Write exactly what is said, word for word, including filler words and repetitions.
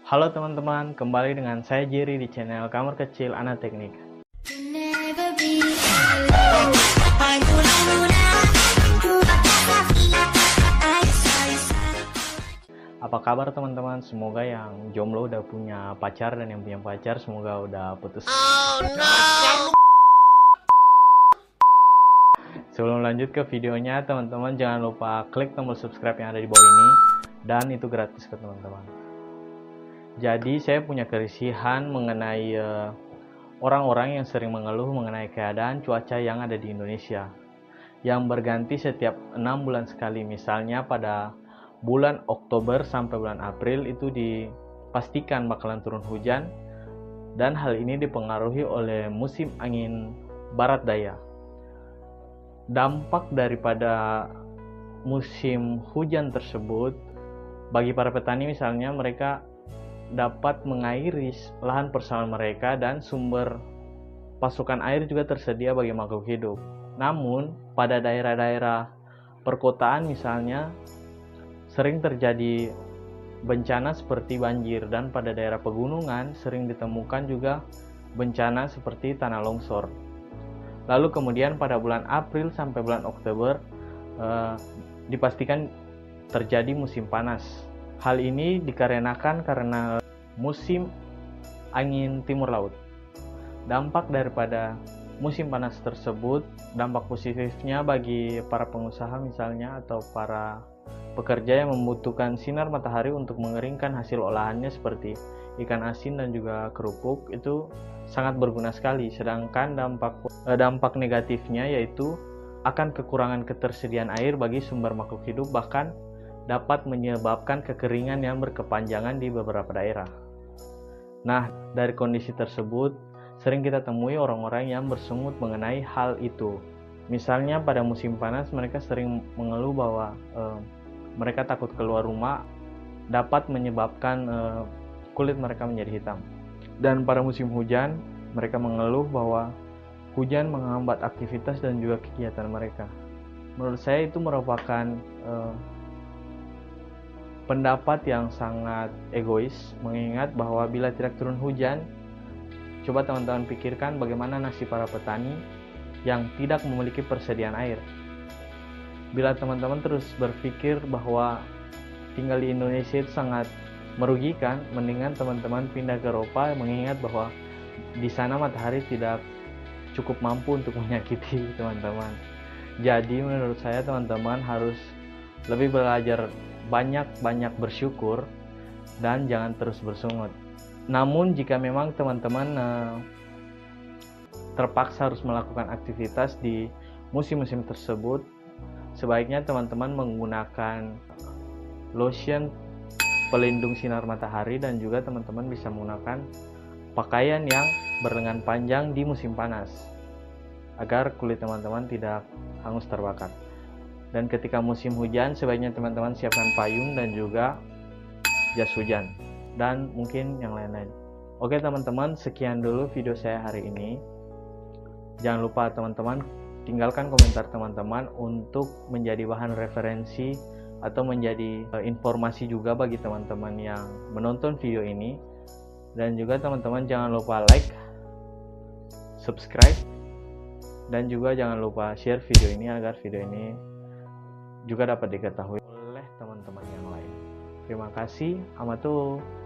Halo teman-teman, kembali dengan saya Jerry di channel Kamar Kecil Anak Teknik. Apa kabar teman-teman? Semoga yang jomblo udah punya pacar dan yang punya pacar semoga udah putus. Oh no! Sebelum lanjut ke videonya, teman-teman jangan lupa klik tombol subscribe yang ada di bawah ini, dan itu gratis ke teman-teman. Jadi saya punya kerisihan mengenai uh, orang-orang yang sering mengeluh mengenai keadaan cuaca yang ada di Indonesia, yang berganti setiap enam bulan sekali. Misalnya pada bulan Oktober sampai bulan April itu dipastikan bakalan turun hujan, dan hal ini dipengaruhi oleh musim angin barat daya. Dampak daripada musim hujan tersebut bagi para petani, misalnya mereka dapat mengairi lahan persawahan mereka dan sumber pasokan air juga tersedia bagi makhluk hidup. Namun pada daerah-daerah perkotaan misalnya sering terjadi bencana seperti banjir, dan pada daerah pegunungan sering ditemukan juga bencana seperti tanah longsor. Lalu kemudian pada bulan April sampai bulan Oktober eh, dipastikan terjadi musim panas. Hal ini dikarenakan karena musim angin timur laut. Dampak daripada musim panas tersebut, dampak positifnya bagi para pengusaha misalnya atau para pekerja yang membutuhkan sinar matahari untuk mengeringkan hasil olahannya seperti ikan asin dan juga kerupuk, itu sangat berguna sekali. Sedangkan dampak eh, dampak negatifnya yaitu akan kekurangan ketersediaan air bagi sumber makhluk hidup, bahkan dapat menyebabkan kekeringan yang berkepanjangan di beberapa daerah. Nah, dari kondisi tersebut sering kita temui orang-orang yang bersungut mengenai hal itu. Misalnya pada musim panas mereka sering mengeluh bahwa eh, mereka takut keluar rumah dapat menyebabkan eh, kulit mereka menjadi hitam. Dan pada musim hujan mereka mengeluh bahwa hujan menghambat aktivitas dan juga kegiatan mereka. Menurut saya itu merupakan eh, pendapat yang sangat egois, mengingat bahwa bila tidak turun hujan, coba teman-teman pikirkan bagaimana nasib para petani yang tidak memiliki persediaan air. Bila teman-teman terus berpikir bahwa tinggal di Indonesia itu sangat merugikan, mendingan teman-teman pindah ke Eropa, mengingat bahwa di sana matahari tidak cukup mampu untuk menyakiti teman-teman. Jadi menurut saya teman-teman harus lebih belajar banyak-banyak bersyukur dan jangan terus bersungut. Namun jika memang teman-teman eh, terpaksa harus melakukan aktivitas di musim-musim tersebut, sebaiknya teman-teman menggunakan lotion pelindung sinar matahari, dan juga teman-teman bisa menggunakan pakaian yang berlengan panjang di musim panas agar kulit teman-teman tidak hangus terbakar. Dan ketika musim hujan sebaiknya teman-teman siapkan payung dan juga jas hujan dan mungkin yang lain-lain. Oke teman-teman, sekian dulu video saya hari ini. Jangan lupa teman-teman tinggalkan komentar teman-teman untuk menjadi bahan referensi atau menjadi informasi juga bagi teman-teman yang menonton video ini. Dan juga teman-teman jangan lupa like, subscribe, dan juga jangan lupa share video ini agar video ini juga dapat diketahui oleh teman-teman yang lain. Terima kasih, amatur.